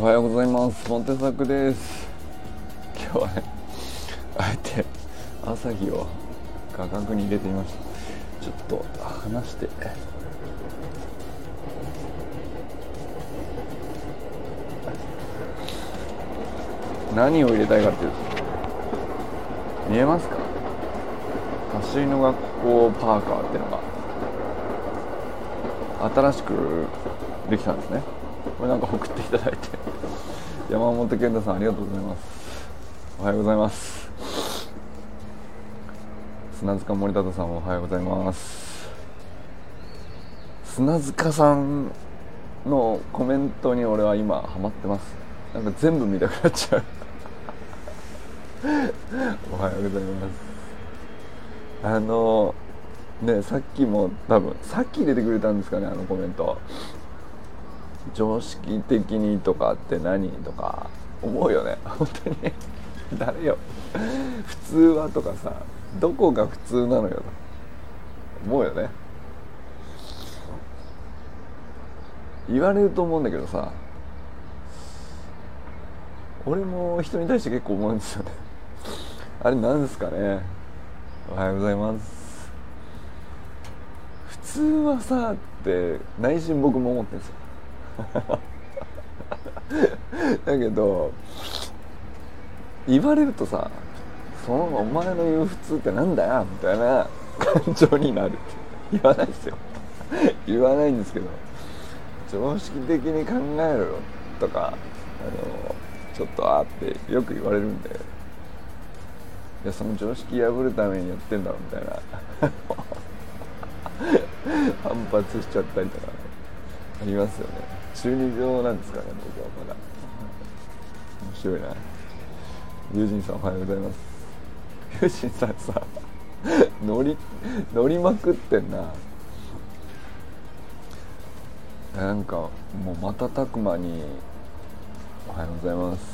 はようございます。モンテサクです。今日はね、あえて朝日を画角に入れてみました。ちょっと離して何を入れたいかっていうと、見えますか？走りの学校パーカーっていうのが新しくできたんですね。これなんか送っていただいて山本健太さんありがとうございます。おはようございます。砂塚森田さんもおはようございます。砂塚さんのコメントに俺は今ハマってます。なんか全部見たくなっちゃうおはようございます。さっきも多分さっき入れてくれたんですかね、あのコメント。常識的にとかって何とか思うよね本当に誰よ普通はとかさ、どこが普通なのよと思うよね。言われると思うんだけどさ、俺も人に対して結構思うんですよねあれなんですかね。おはようございます。普通はさって内心僕も思ってるんですよだけど言われるとさ、そのお前の言う普通ってなんだよみたいな感情になるって言わないですよ言わないんですけど、常識的に考えろよとかちょっとってよく言われるんで、いやその常識破るためにやってんだろみたいな反発しちゃったりとか、ね、ありますよね。中二病なんですかね、僕はまだ。面白いな。ユージンさんおはようございます。ユージンさんさ乗りまくってんな。なんかもう瞬く間におはようございます。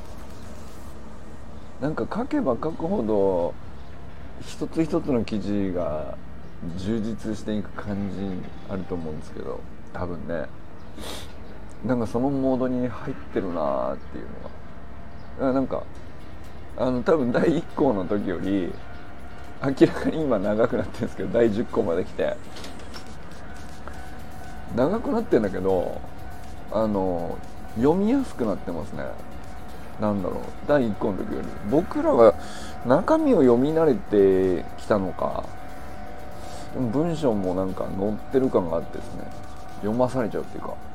なんか書けば書くほど一つ一つの記事が充実していく感じあると思うんですけど、多分ね、なんかそのモードに入ってるなっていうのが、なんか多分第1項の時より明らかに今長くなってるんですけど、第10項まで来て長くなってるんだけど、読みやすくなってますね。なんだろう、第1項の時より僕らが中身を読み慣れてきたのか、文章もなんか載ってる感があってですね、読まされちゃうっていうか、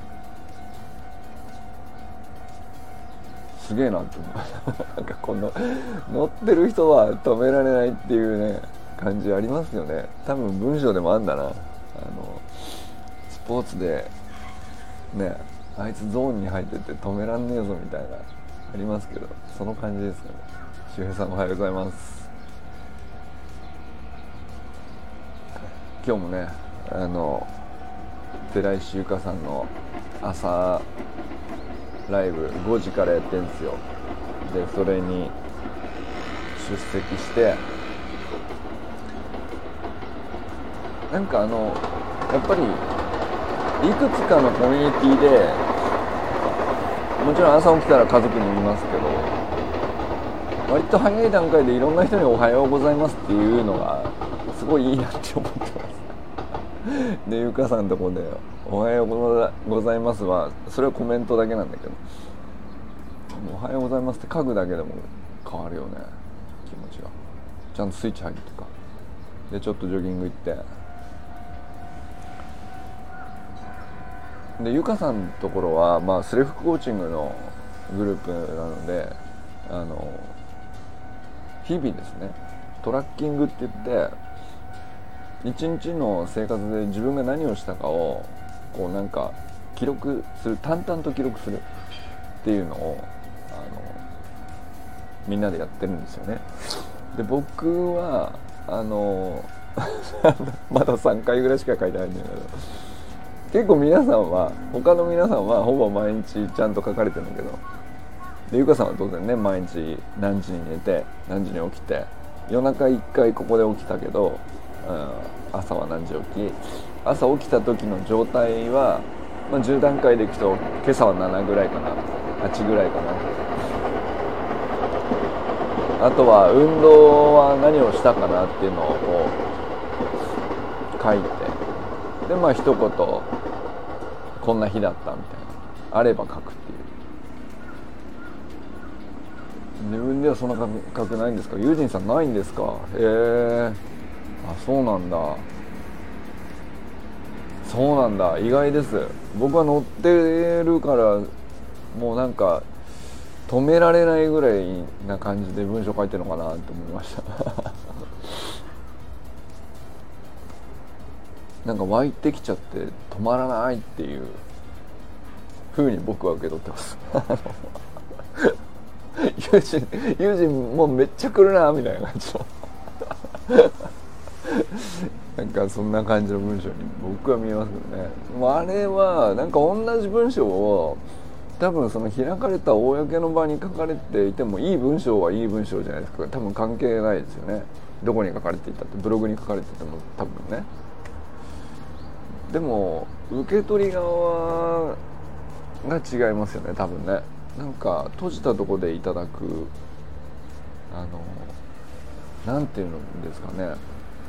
すげえなって思うなんかこの乗ってる人は止められないっていうね感じありますよね。多分文章でもあんだな。スポーツでね、あいつゾーンに入ってて止めらんねえぞみたいなありますけど、その感じですかね。周平さんおはようございます。今日もね、寺石ゆかさんの朝ライブ5時からやってるんですよ。でそれに出席して、なんかやっぱりいくつかのコミュニティでもちろん朝起きたら家族に言いますけど、割と早い段階でいろんな人におはようございますっていうのがすごいいいなって思ってますでゆかさんのとこでおはようございますはそれはコメントだけなんだけど、おはようございますって書くだけでも変わるよね、気持ちが。ちゃんとスイッチ入るとかで、ちょっとジョギング行ってで、ゆかさんのところは、セルフコーチングのグループなので、日々ですね、トラッキングって言って一日の生活で自分が何をしたかをこうなんか記録する、淡々と記録するっていうのをみんなでやってるんですよね。で僕はまだ3回ぐらいしか書いてないんだけど、結構他の皆さんはほぼ毎日ちゃんと書かれてるんだけど、でゆかさんは当然ね、毎日何時に寝て何時に起きて、夜中1回ここで起きたけど、朝は何時起き、朝起きた時の状態は、10段階でいくと今朝は7ぐらいかな。 8ぐらいかな。あとは運動は何をしたかなっていうのを書いて、でまあ一言こんな日だったみたいなあれば書くっていう。自分ではそんな感覚ないんですか？ユージンさんないんですか？あ、そうなんだ。そうなんだ、意外です。僕は乗ってるからもうなんか止められないぐらいな感じで文章書いてるのかなって思いましたなんか湧いてきちゃって止まらないっていう風に僕は受け取ってます友人もうめっちゃ来るなみたいな感じのなんかそんな感じの文章に僕は見えますけどね。もうあれはなんか同じ文章を多分その開かれた公の場に書かれていてもいい文章はいい文章じゃないですか。多分関係ないですよね。どこに書かれていたって、ブログに書かれてても多分ね。でも受け取り側が違いますよね多分ね。なんか閉じたところでいただくなんていうんですかね、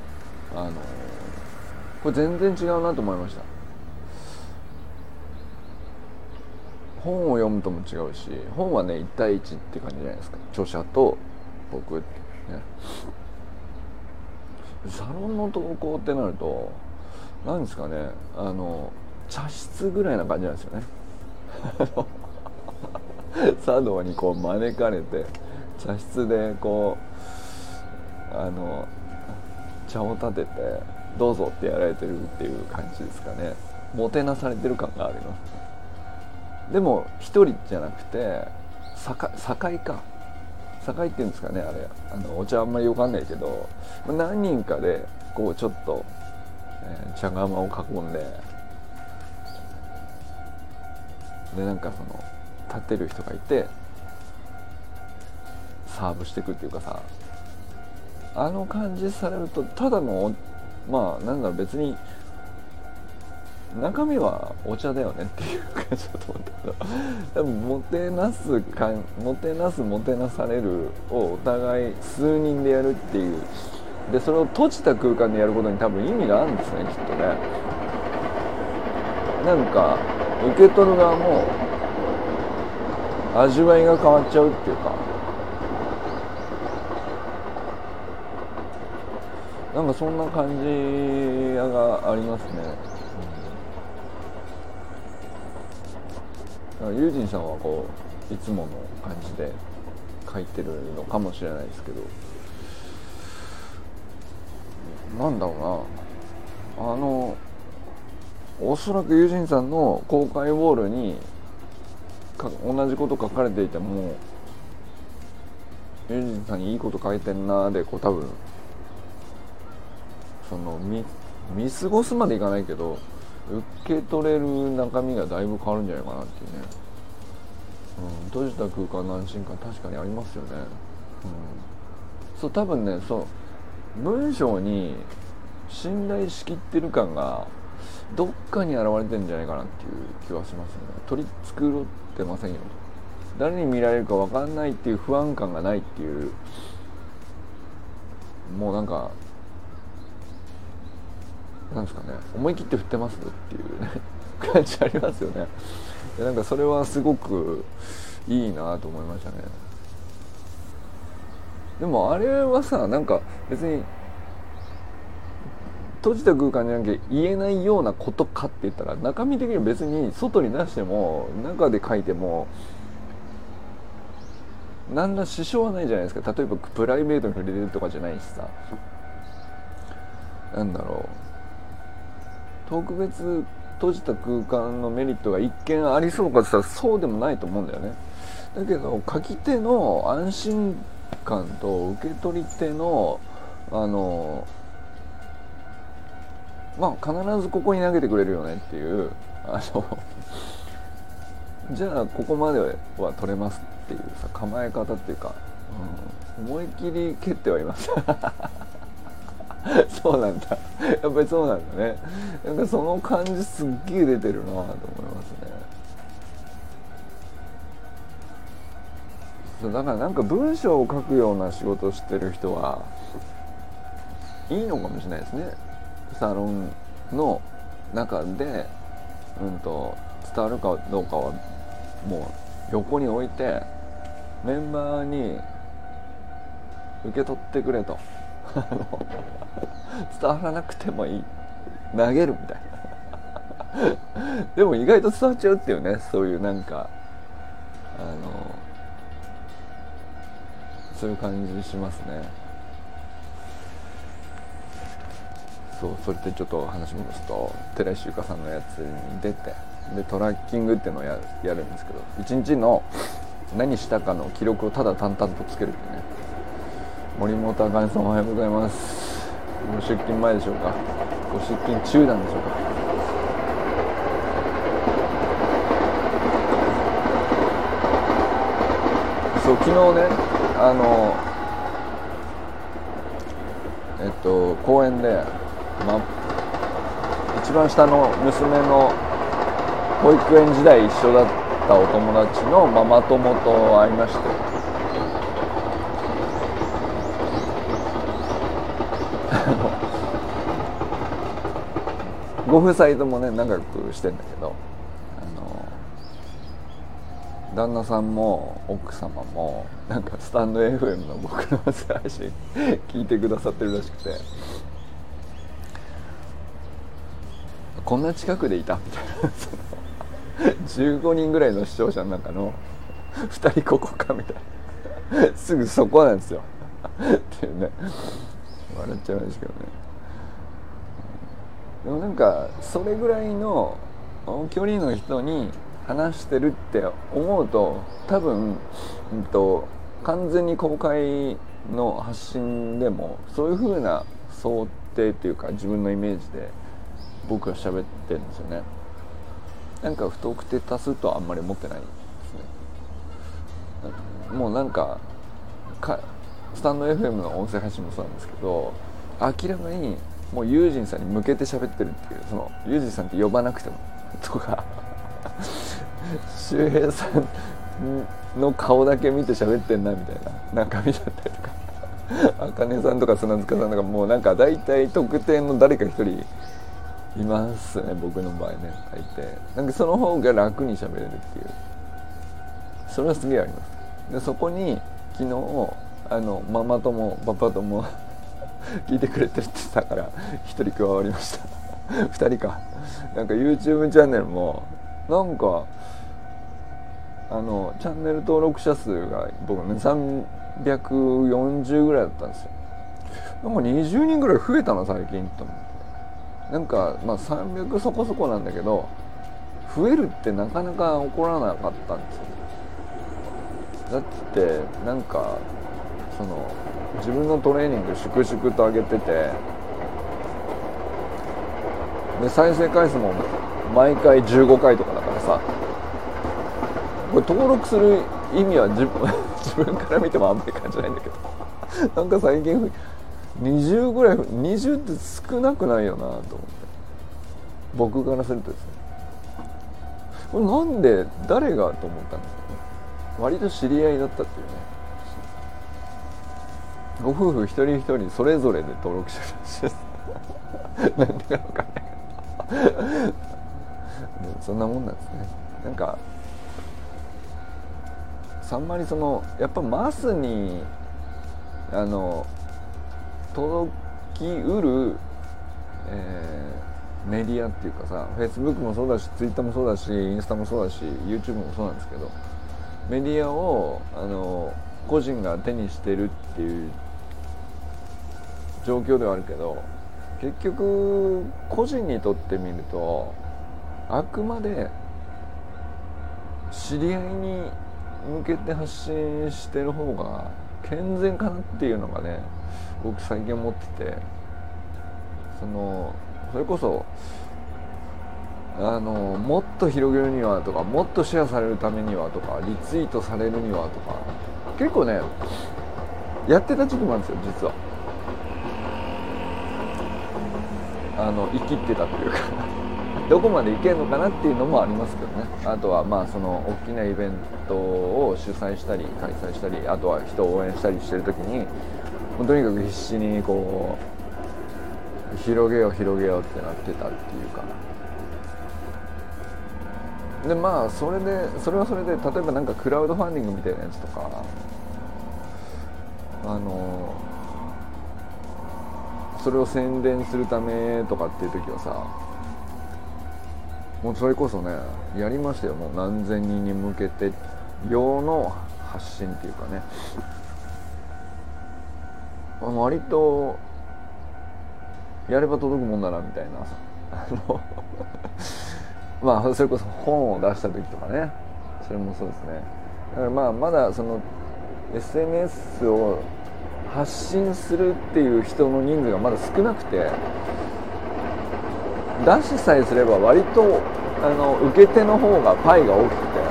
これ全然違うなと思いました。本を読むとも違うし、本はね1対1って感じじゃないですか、著者と僕ってね。サロンの投稿ってなると何ですかね、茶室ぐらいな感じなんですよね茶道にこう招かれて茶室でこう茶を立ててどうぞってやられてるっていう感じですかね。もてなされてる感がありますね。でも一人じゃなくて酒井っていうんですかね、あれお茶あんまりわかんないけど何人かでこうちょっと、茶釜を囲んでなんかその立ってる人がいてサーブしていくっていうかさ、あの感じされるとただのまあなんだろう、別に中身はお茶だよねっていう感じだと思うんだけど、多分もてなされるをお互い数人でやるっていう、でそれを閉じた空間でやることに多分意味があるんですね、きっとね。なんか受け取る側も味わいが変わっちゃうっていうか、なんかそんな感じがありますね。ユージンさんはこういつもの感じで書いてるのかもしれないですけど、なんだろうな、おそらくユージンさんの公開ウォールに同じこと書かれていても、ユージンさんにいいこと書いてんなでこう多分その見過ごすまでいかないけど受け取れる中身がだいぶ変わるんじゃないかなっていうね、閉じた空間の安心感確かにありますよね。そう多分ね、そう文章に信頼しきってる感がどっかに現れてるんじゃないかなっていう気はしますね。取り繕ってませんよ、誰に見られるか分かんないっていう不安感がないっていう、もうなんかなんですかね、思い切って振ってますっていうね感じありますよね。なんかそれはすごくいいなと思いましたね。でもあれはさ、なんか別に閉じた空間じゃなきゃ言えないようなことかって言ったら、中身的に別に外に出しても中で書いても何ら支障はないじゃないですか。例えばプライベートに触れてるとかじゃないしさ、なんだろう、特別閉じた空間のメリットが一見ありそうかって言ったらそうでもないと思うんだよね。だけど書き手の安心感と受け取り手のまあ必ずここに投げてくれるよねっていうじゃあここまでは取れますっていうさ構え方っていうか、思い切り蹴ってはいますそうなんだ、やっぱりそうなんだね。なんかその感じすっげえ出てるなと思いますね。 そうだからなんか文章を書くような仕事をしてる人はいいのかもしれないですね。サロンの中で、伝わるかどうかはもう横に置いてメンバーに受け取ってくれと伝わらなくてもいい、投げるみたいなでも意外と伝わっちゃうっていうね、そういうなんかそういう感じしますね。そう、それでちょっと話戻すと、寺石ゆかさんのやつに出て、でトラッキングっていうのをやるんですけど、一日の何したかの記録をただ淡々とつけるっていうね。森本あかねさんおはようございます。ご出勤前でしょうか、ご出勤中なんでしょうか。そう、昨日ね、公園で、一番下の娘の保育園時代一緒だったお友達のママ友と会いまして、ご夫妻ともね仲良くしてんだけど、旦那さんも奥様もなんかスタンド FM の僕の配信聞いてくださってるらしくて、こんな近くでいたみたいな15人ぐらいの視聴者の中の2人ここかみたいなすぐそこなんですよっていうね、笑っちゃうんですけどね。でもなんかそれぐらいの距離の人に話してるって思うと、多分、完全に公開の発信でもそういう風な想定っていうか自分のイメージで僕は喋ってるんですよね。なんか不特定多数とはあんまり思ってないですね。もうなんかスタンド FM の音声配信もそうなんですけど、明らかにもうユージンさんに向けて喋ってるっていう、そのユージンさんって呼ばなくてもとか周平さんの顔だけ見て喋ってんなみたいな、なんか見ちゃったりとかあかねさんとか砂塚さんとか、もうなんか大体特定の誰か一人いますね、僕の場合ね。大抵なんかその方が楽に喋れるっていう、それはすげえあります。でそこに昨日ママ友パパ友聞いてくれてるって言ったから一人加わりました二人か。なんか YouTube チャンネルもなんかチャンネル登録者数が僕ね340ぐらいだったんですよ。なんか20人ぐらい増えたな最近と思って、なんかまあ300そこそこなんだけど、増えるってなかなか起こらなかったんですよ。だってなんかその自分のトレーニング粛々と上げてて、で再生回数も毎回15回とかだからさ、これ登録する意味は自分から見てもあんまり感じないんだけどなんか最近20ぐらい、20って少なくないよなと思って、僕からするとですね、これなんで誰がと思ったんですよね。割と知り合いだったっていうね。ご夫婦一人一人それぞれで登録してるらしいですなんでか分かんないそんなもんなんですね。なんかあんまりそのやっぱマスに届きうる、メディアっていうかさ、 Facebook もそうだし Twitter もそうだしインスタもそうだし YouTube もそうなんですけど、メディアを個人が手にしてるっていう状況ではあるけど、結局個人にとってみるとあくまで知り合いに向けて発信してる方が健全かなっていうのがね、僕最近思ってて、それこそもっと広げるにはとか、もっとシェアされるためにはとか、リツイートされるにはとか、結構ねやってた時期もあるんですよ実は。生きってたっていうかどこまでいけるのかなっていうのもありますけどね。あとはまあその大きなイベントを主催したり開催したり、あとは人を応援したりしてる時にもうとにかく必死にこう広げようってなってたっていうか。でまあそれはそれで、例えばなんかクラウドファンディングみたいなやつとか、それを宣伝するためとかっていう時はさ、もうそれこそねやりましたよ。もう何千人に向けて用の発信っていうかね、割とやれば届くもんだなみたいなさまあそれこそ本を出した時とかね、それもそうですね。だからまあまだその SNS を発信するっていう人の人数がまだ少なくて、出しさえすれば割と受け手の方がパイが大きくて、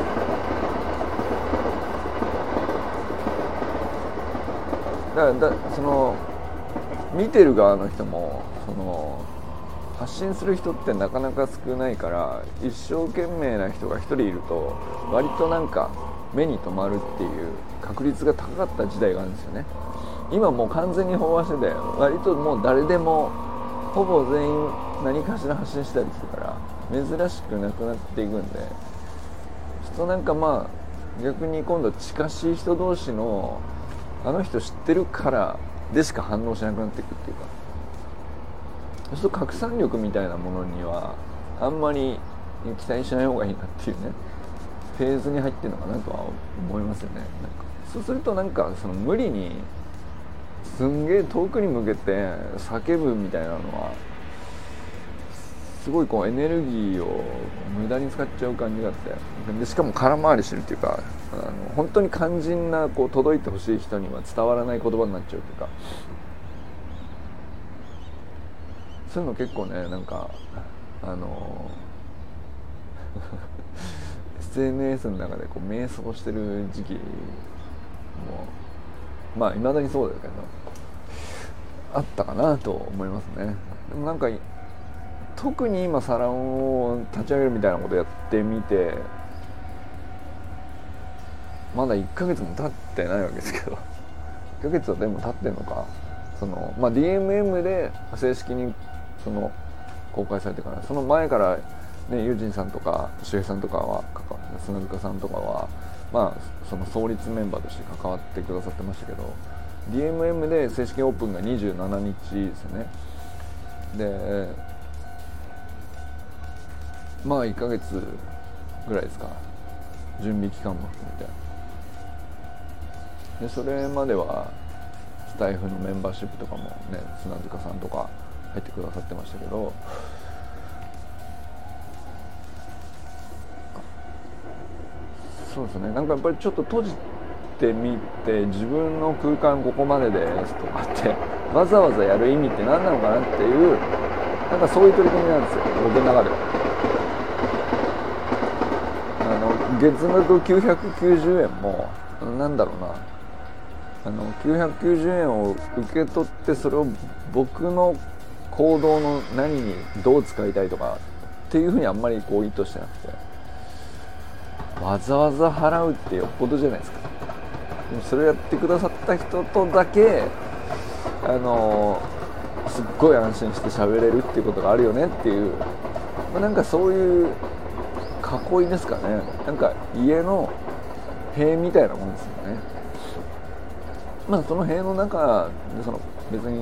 だからその見てる側の人もその発信する人ってなかなか少ないから、一生懸命な人が一人いると割となんか目に留まるっていう確率が高かった時代があるんですよね。今もう完全に飽和してて、割ともう誰でもほぼ全員何かしら発信したりするから珍しくなくなっていくんで、人なんかまあ逆に今度近しい人同士のあの人知ってるからでしか反応しなくなっていくっていうか、そうすると拡散力みたいなものにはあんまり期待しない方がいいなっていうねフェーズに入ってるのかなとは思いますよね。なんかそうするとなんかその無理にすんげえ遠くに向けて叫ぶみたいなのはすごいこうエネルギーを無駄に使っちゃう感じがあって、でしかも空回りしてるっていうか、本当に肝心なこう届いてほしい人には伝わらない言葉になっちゃうっていうか、そういうの結構ねなんかSNS の中でこう迷走してる時期もまあ未だにそうだけどあったかなと思いますね。でもなんか特に今サロンを立ち上げるみたいなことやってみてまだ1ヶ月も経ってないわけですけど1ヶ月はでも経ってんのか、そのまあ DMM で正式にその公開されてから、その前からねユージンさんとか周平さんとかは砂塚さんとかはまあその創立メンバーとして関わってくださってましたけど、 DMM で正式オープンが27日ですよね。でまあ1ヶ月ぐらいですか、準備期間も含めて。でそれまではスタイフのメンバーシップとかもね砂塚さんとか入ってくださってましたけど、そうですね、なんかやっぱりちょっと閉じてみて自分の空間ここまでですとかってわざわざやる意味って何なのかなっていう、なんかそういう取り組みなんですよ僕の中では。月額990円もなんだろうな、990円を受け取ってそれを僕の行動の何にどう使いたいとかっていうふうにあんまりこう意図してなくて、わざわざ払うってよっぽどじゃないですか。でもそれをやってくださった人とだけすっごい安心して喋れるっていうことがあるよねっていう、なんかそういう囲いですかね。なんか家の塀みたいなもんですよね。まあその塀の中でその別に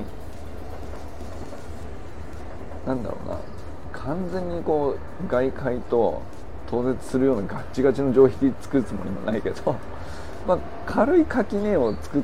なんだろうな、完全にこう外界と当絶するようなガッチガチの城壁作るつもりもないけどまあ軽い垣根を作って、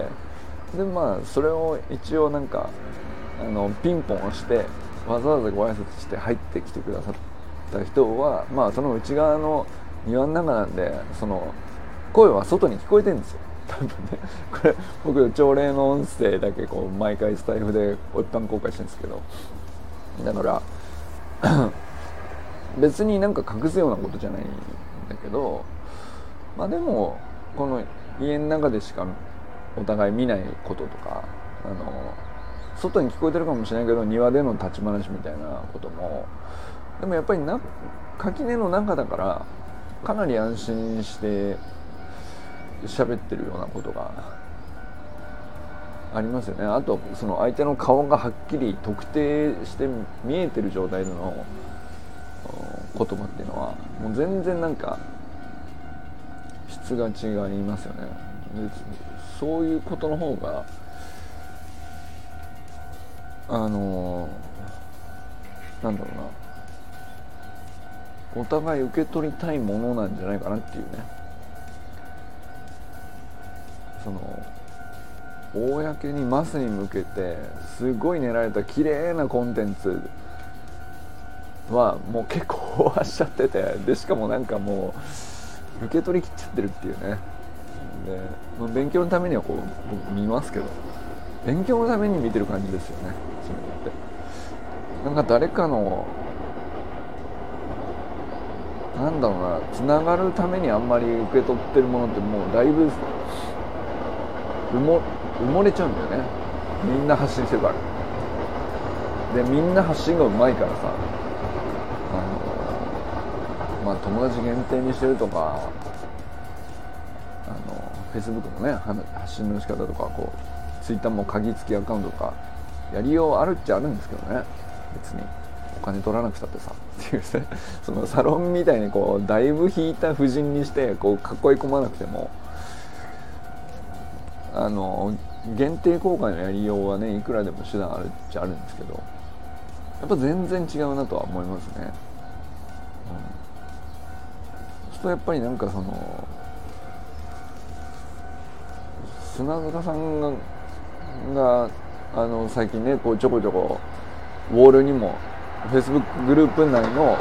でまあそれを一応なんかピンポン押してわざわざご挨拶して入ってきてくださった人はまあその内側の庭の中なんで、その声は外に聞こえてるんですよ多分ね。これ僕朝礼の音声だけこう毎回スタイフで一般公開してるんですけど、だから別になんか隠すようなことじゃないんだけど、まあでもこの家の中でしかお互い見ないこととか、外に聞こえてるかもしれないけど庭での立ち話みたいなこともでもやっぱり垣根の中だからかなり安心して喋ってるようなことがありますよね。あとその相手の顔がはっきり特定して見えてる状態での言葉っていうのはもう全然なんか質が違いますよね。でそういうことの方がなんだろうな、お互い受け取りたいものなんじゃないかなっていうね。その公にマスに向けてすごい練られた綺麗なコンテンツはもう結構飽和しちゃってて、でしかもなんかもう受け取りきっちゃってるっていうね。で勉強のためにはこう僕見ますけど、勉強のために見てる感じですよね。それってなんか誰かのなんだろうな、つながるためにあんまり受け取ってるものってもうだいぶ埋もれちゃうんだよね。みんな発信してるから。でみんな発信がうまいからさ、友達限定にしてるとか、Facebook のね発信の仕方とか、こう Twitter も鍵付きアカウントとかやりようあるっちゃあるんですけどね。別にお金取らなくたってさっていうねそのサロンみたいにこうだいぶ引いた布陣にしてこう囲い込まなくても限定公開のやりようはねいくらでも手段あるっちゃあるんですけど、やっぱ全然違うなとは思いますね。そうするとやっぱりなんかその砂塚さんが最近ねこうちょこちょこウォールにも Facebook グループ内の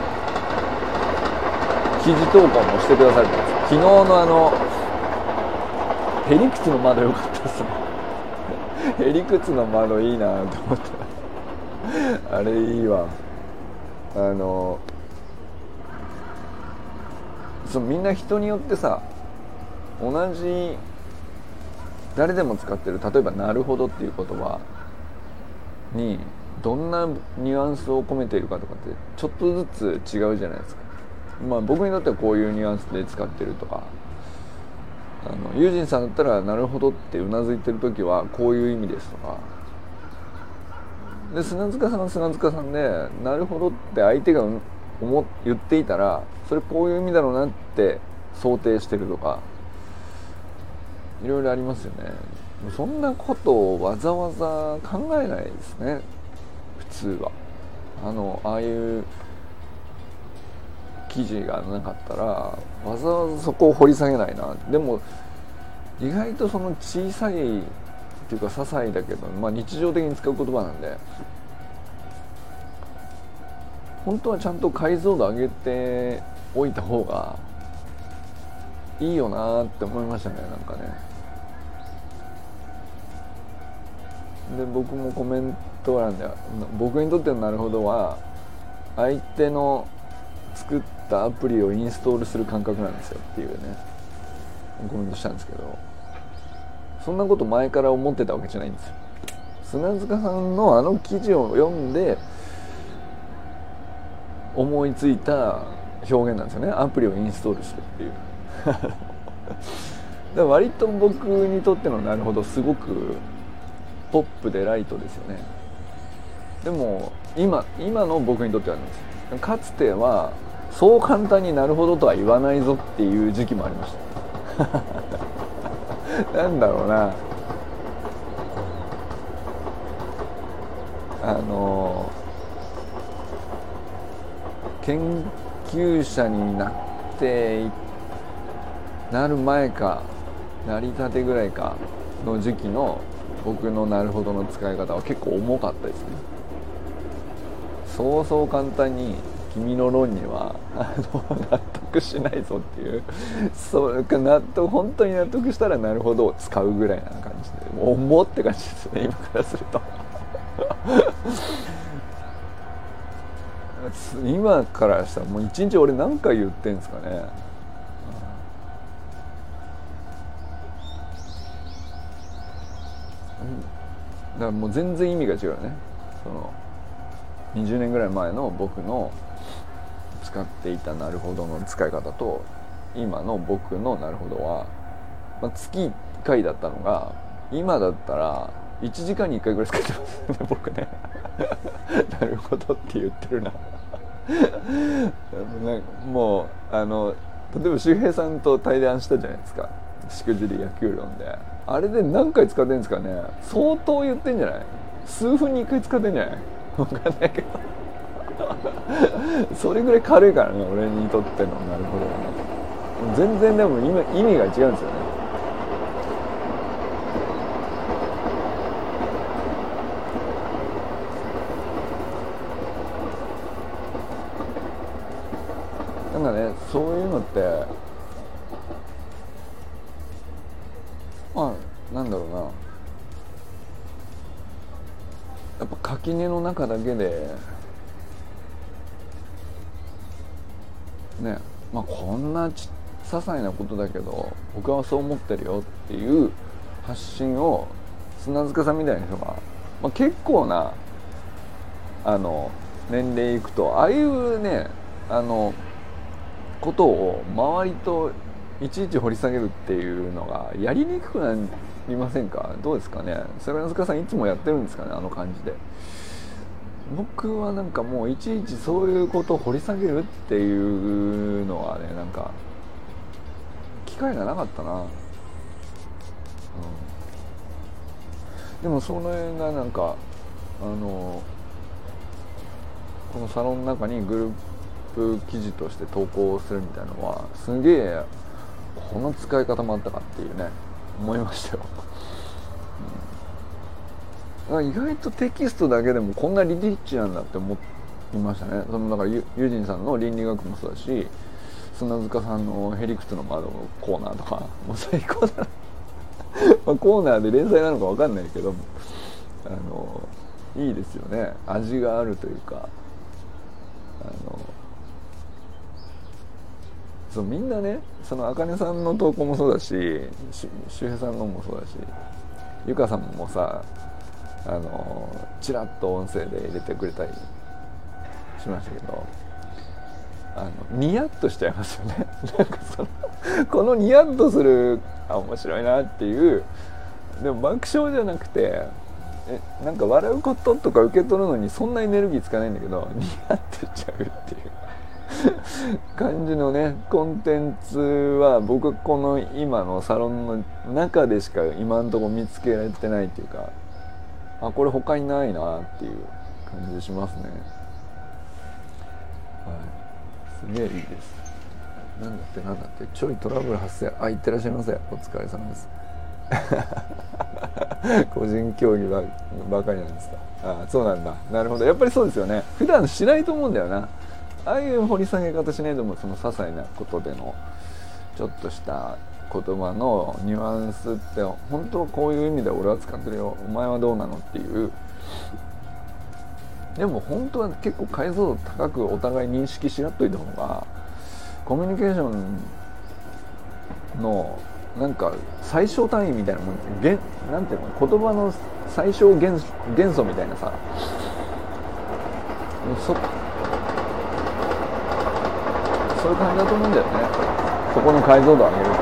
記事投稿もしてくださるんです。昨日のへりくつの窓良かったですねへりくつの窓いいなと思ったあれいいわ。みんな人によってさ、同じ誰でも使ってる例えばなるほどっていう言葉にどんなニュアンスを込めているかとかってちょっとずつ違うじゃないですか。僕にとってはこういうニュアンスで使ってるとか、ユージンさんだったらなるほどってうなずいてる時はこういう意味ですとかで、砂塚さんは砂塚さんでなるほどって相手が言っていたらそれこういう意味だろうなって想定してるとかいろいろありますよね。そんなことをわざわざ考えないですね普通は。ああいう記事がなかったらわざわざそこを掘り下げないな。でも意外とその小さいっていうか些細だけど、日常的に使う言葉なんで本当はちゃんと解像度上げておいた方がいいよなって思いましたね。なんかね。で僕もコメント欄で僕にとってのなるほどは相手の作ったアプリをインストールする感覚なんですよっていうねコメントしたんですけど、そんなこと前から思ってたわけじゃないんですよ。砂塚さんの記事を読んで思いついた表現なんですよね。アプリをインストールするっていうだから割と僕にとってのなるほどすごくポップでライトですよね。でも今の僕にとってはですかつてはそう簡単になるほどとは言わないぞっていう時期もありましたなんだろうな、研究者になる前かなりたてぐらいかの時期の僕のなるほどの使い方は結構重かったですね。そう簡単に君の論には納得しないぞっていう本当に納得したらなるほどを使うぐらいな感じで重って感じですね今からすると今からしたらもう一日俺何回言ってんすかね。だからもう全然意味が違うね。その20年ぐらい前の僕の使っていたなるほどの使い方と今の僕のなるほどは、月1回だったのが今だったら1時間に1回ぐらい使ってますね僕ねなるほどって言ってるなもう例えば周平さんと対談したじゃないですか、しくじり野球論で。あれで何回使ってんですかね。相当言ってんじゃない？数分に1回使ってんじゃない？分かんないけどそれぐらい軽いからね、俺にとってのなるほどね。全然でも今意味が違うんですよね。なんかね、そういうのってなんだろうな、やっぱ垣根の中だけでね、こんな些細なことだけど僕はそう思ってるよっていう発信を砂塚さんみたいな人が、結構な年齢いくとああいうねことを周りといちいち掘り下げるっていうのがやりにくくなりませんか？どうですかね。砂塚さんいつもやってるんですかね、あの感じで。僕はなんかもういちいちそういうことを掘り下げるっていうのはね、なんか機会がなかったな、でもそれがなんかこのサロンの中にグループ記事として投稿するみたいなのはすげえこの使い方もあったかっていうね思いましたよ、意外とテキストだけでもこんなリッチなんだって思いましたね。だからユージンさんの倫理学もそうだし、砂塚さんのヘリクツの窓のコーナーとかもう最高だなコーナーで連載なのか分かんないけどいいですよね。味があるというかそうみんなね、その茜さんの投稿もそうだし周平さんのもそうだしゆかさんもさチラッと音声で入れてくれたりしましたけどニヤッとしちゃいますよねなんかこのニヤッとする面白いなっていう、でも爆笑じゃなくてなんか笑うこととか受け取るのにそんなエネルギー使わないんだけどニヤッとしちゃうっていう感じのねコンテンツは僕この今のサロンの中でしか今のところ見つけられてないっていうか、これ他にないなっていう感じしますね。すげえいいです。なんだってちょいトラブル発生。いってらっしゃいませ、お疲れ様です個人競技ばかりなんですか。そうなんだ。なるほど。やっぱりそうですよね。普段しないと思うんだよな。ああいう掘り下げ方しないとも、その些細なことでのちょっとした言葉のニュアンスって本当はこういう意味で俺は使ってるよ、お前はどうなのっていう。でも本当は結構解像度高くお互い認識し合っといた方がコミュニケーションのなんか最小単位みたいなもん、なんていうの、言葉の最小元素みたいなさ、そういう感じだと思うんだよね。そこの解像度を上げると。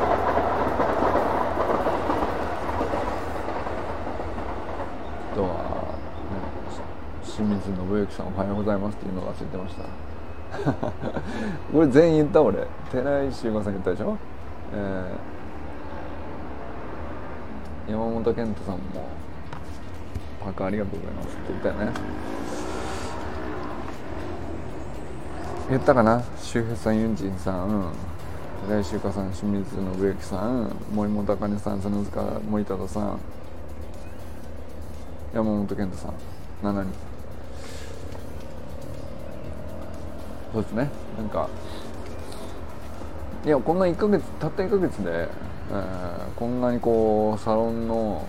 あとは、清水信之さんおはようございますっていうのを忘れてましたこれ全員言った俺。寺石優香さん言ったでしょ。山本健太さんもパーカーありがとうございますって言ったよね。言ったかな。周平さん、ユンジンさん、寺石優香さん、清水信之さん、森本茜さん、砂塚森忠さん、山本健太さん、7人。そうですね。なんかいや、こんな1ヶ月たった1ヶ月で、こんなにこうサロンの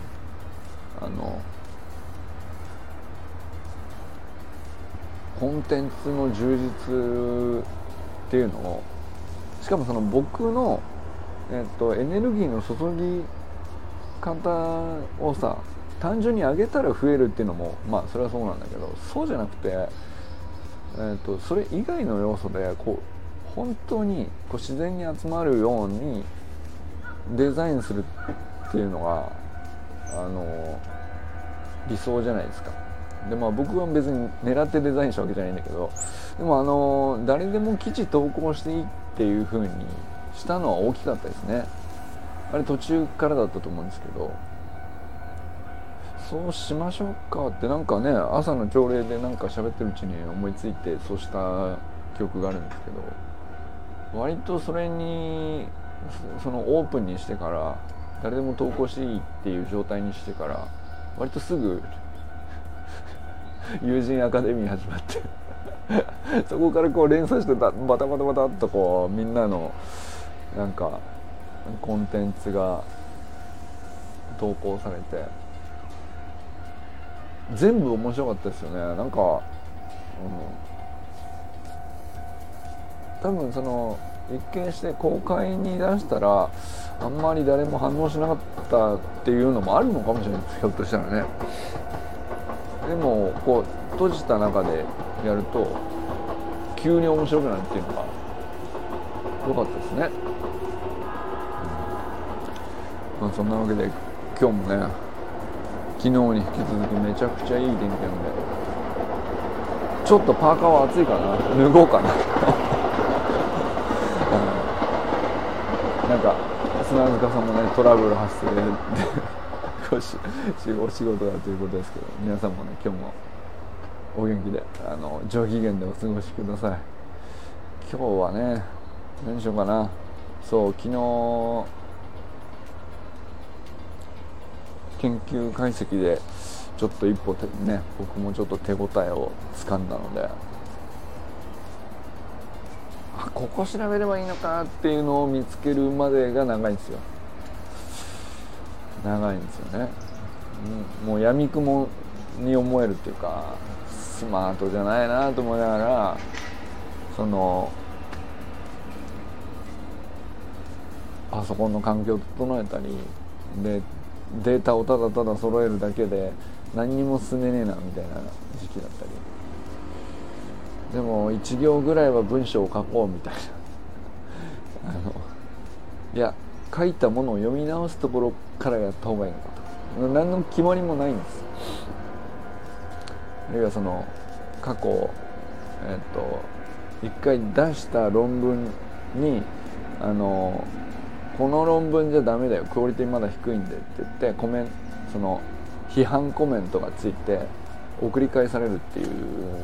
コンテンツの充実っていうのを、しかもその僕の、エネルギーの注ぎ方をさ、単純に上げたら増えるっていうのもそれはそうなんだけど、そうじゃなくてそれ以外の要素でこう本当にこう自然に集まるようにデザインするっていうのが理想じゃないですか。で僕は別に狙ってデザインしたわけじゃないんだけど、でも誰でも記事投稿していいっていう風にしたのは大きかったですね。あれ途中からだったと思うんですけど、そうしましょうかってなんかね、朝の朝礼でなんか喋ってるうちに思いついてそうした記憶があるんですけど、割とそれにそのオープンにしてから誰でも投稿していいっていう状態にしてから割とすぐ友人アカデミー始まってそこからこう連鎖してバタバタバタっとこうみんなのなんかコンテンツが投稿されて全部面白かったですよね。なんか、多分その一見して公開に出したらあんまり誰も反応しなかったっていうのもあるのかもしれないです、ひょっとしたらね。でもこう閉じた中でやると急に面白くなるっていうのが良かったですね。そんなわけで今日もね、昨日に引き続きめちゃくちゃいい天気なんで、ちょっとパーカーは暑いかな、脱ごうかななんか砂塚さんもねトラブル発生でお仕事だということですけど、皆さんもね今日もお元気で上機嫌でお過ごしください。今日はね何しようかな。そう、昨日研究解析でちょっと一歩ね、僕もちょっと手応えをつかんだので、ここ調べればいいのかっていうのを見つけるまでが長いんですよ。長いんですよね。もう闇雲に思えるっていうか、スマートじゃないなと思いながら、そのパソコンの環境を整えたりでデータをただただ揃えるだけで何にも進めねえなみたいな時期だったり、でも1行ぐらいは文章を書こうみたいないや書いたものを読み直すところからやった方がいいのかと、何の決まりもないんです。あるいはその過去一回出した論文にこの論文じゃダメだよ、クオリティまだ低いんでって言ってその批判コメントがついて送り返されるっていう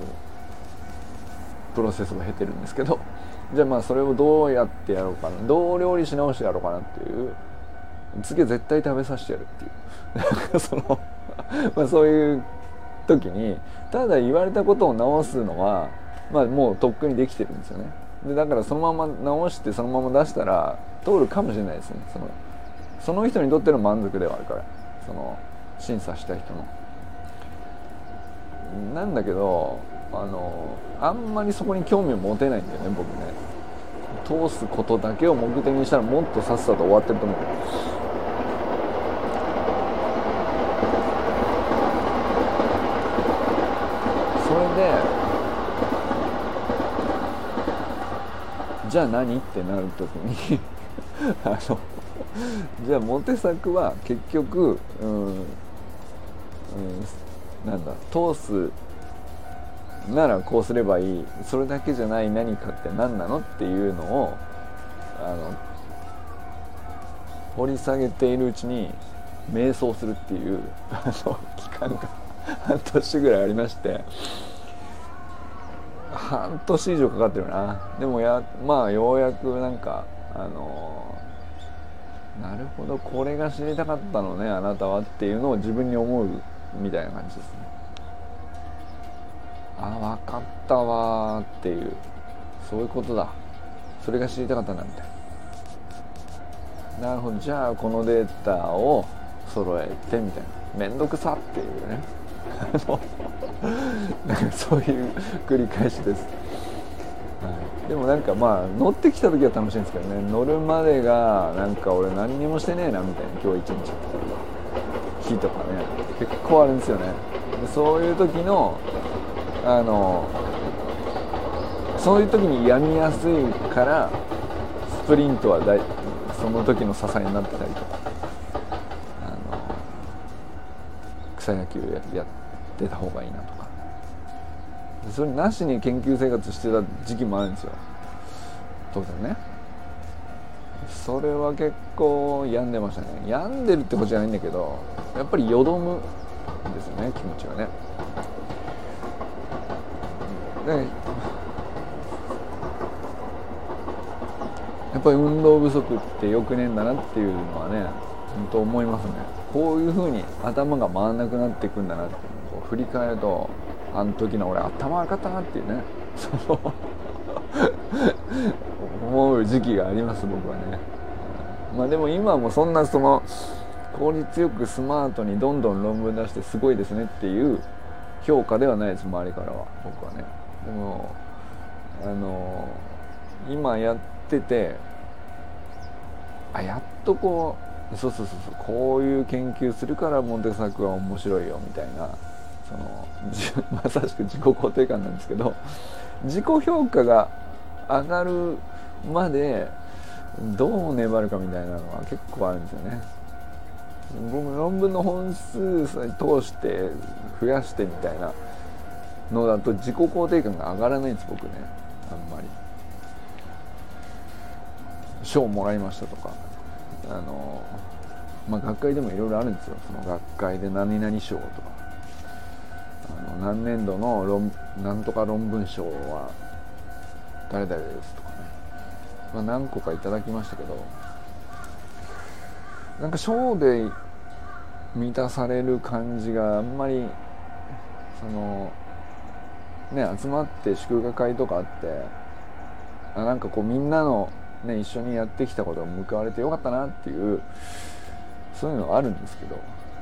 プロセスを経てるんですけど、じゃあそれをどうやってやろうかな、どう料理し直してやろうかなっていう、次は絶対食べさせてやるっていうそういう時にただ言われたことを直すのはもうとっくにできてるんですよね。でだからそのまま直してそのまま出したら通るかもしれないですね。その人にとっての満足ではあるから、その審査した人のなんだけどあんまりそこに興味を持てないんだよね、僕ね。通すことだけを目的にしたらもっとさっさと終わってると思う。それでじゃあ何ってなるときにじゃあモテ作は結局なんだ、通すならこうすればいい、それだけじゃない何かって何なのっていうのを掘り下げているうちに迷走するっていう期間が半年ぐらいありまして、半年以上かかってるな。でもようやくなんかなるほど、これが知りたかったのねあなたはっていうのを自分に思うみたいな感じですね。分かったわっていう、そういうことだ、それが知りたかったんだみたいな。なるほど、じゃあこのデータを揃えてみたいな、めんどくさっていうねなんかそういう繰り返しです、でもなんか乗ってきた時は楽しいんですけどね、乗るまでがなんか俺何にもしてねえなみたいな、今日一日日とかね結構あるんですよね。でそういう時のそういう時に病みやすいからスプリントはその時の支えになってたりとか、草野球やってた方がいいなとか、それなしに研究生活してた時期もあるんですよ、当然ね。それは結構病んでましたね。病んでるってことじゃないんだけど、やっぱりよどむんですよね、気持ちがね。でやっぱり運動不足ってよくねえんだなっていうのはね、本当思いますね。こういう風に頭が回らなくなっていくんだなっていうのを振り返ると、あの時の俺頭悪かったなっていうね思う時期があります、僕はね。まあでも今はもうそんな効率よくスマートにどんどん論文出してすごいですねっていう評価ではないです、周りからは。僕はね。でも今やってて、やっとそうこういう研究するからモテ作は面白いよみたいな、まさしく自己肯定感なんですけど、自己評価が上がるまでどう粘るかみたいなのは結構あるんですよね。僕論文の本数通して増やしてみたいなのだと自己肯定感が上がらないんです、僕ね。あんまり賞もらいましたとか、学会でもいろいろあるんですよ。その学会で何々賞とか、何年度のなんとか論文賞は誰々ですとかね、何個かいただきましたけど、なんか賞で満たされる感じがあんまり集まって祝賀会とかあって、なんかみんなのね、一緒にやってきたことを報われてよかったなっていう、そういうのがあるんですけど、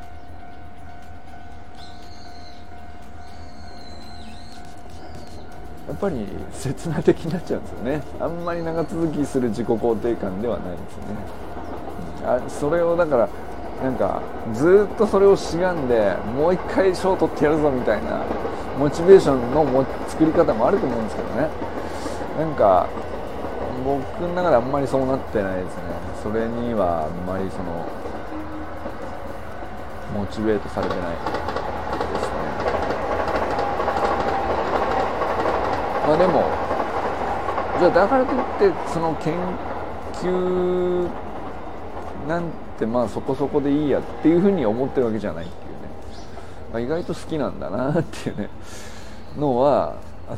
やっぱり刹那的になっちゃうんですよね。あんまり長続きする自己肯定感ではないんですよね。それをだからなんかずっとそれをしがんでもう一回賞を取ってやるぞみたいなモチベーションの作り方もあると思うんですけどね。なんか僕の中であんまりそうなってないですね。それにはあんまりモチベートされてないですね。でもじゃあだからといってその研究なんてそこそこでいいやっていうふうに思ってるわけじゃないっていうね、意外と好きなんだなっていうねのはあって、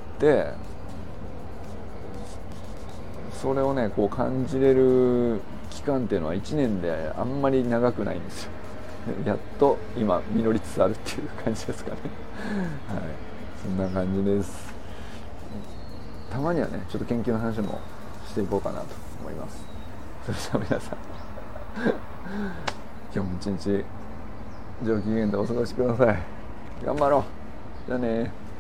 それをね感じれる期間っていうのは1年であんまり長くないんですよやっと今実りつつあるっていう感じですかねはい、そんな感じです。たまにはねちょっと研究の話もしていこうかなと思います。それじゃあ皆さん今日も一日上機嫌でお過ごしください。頑張ろう。じゃあね。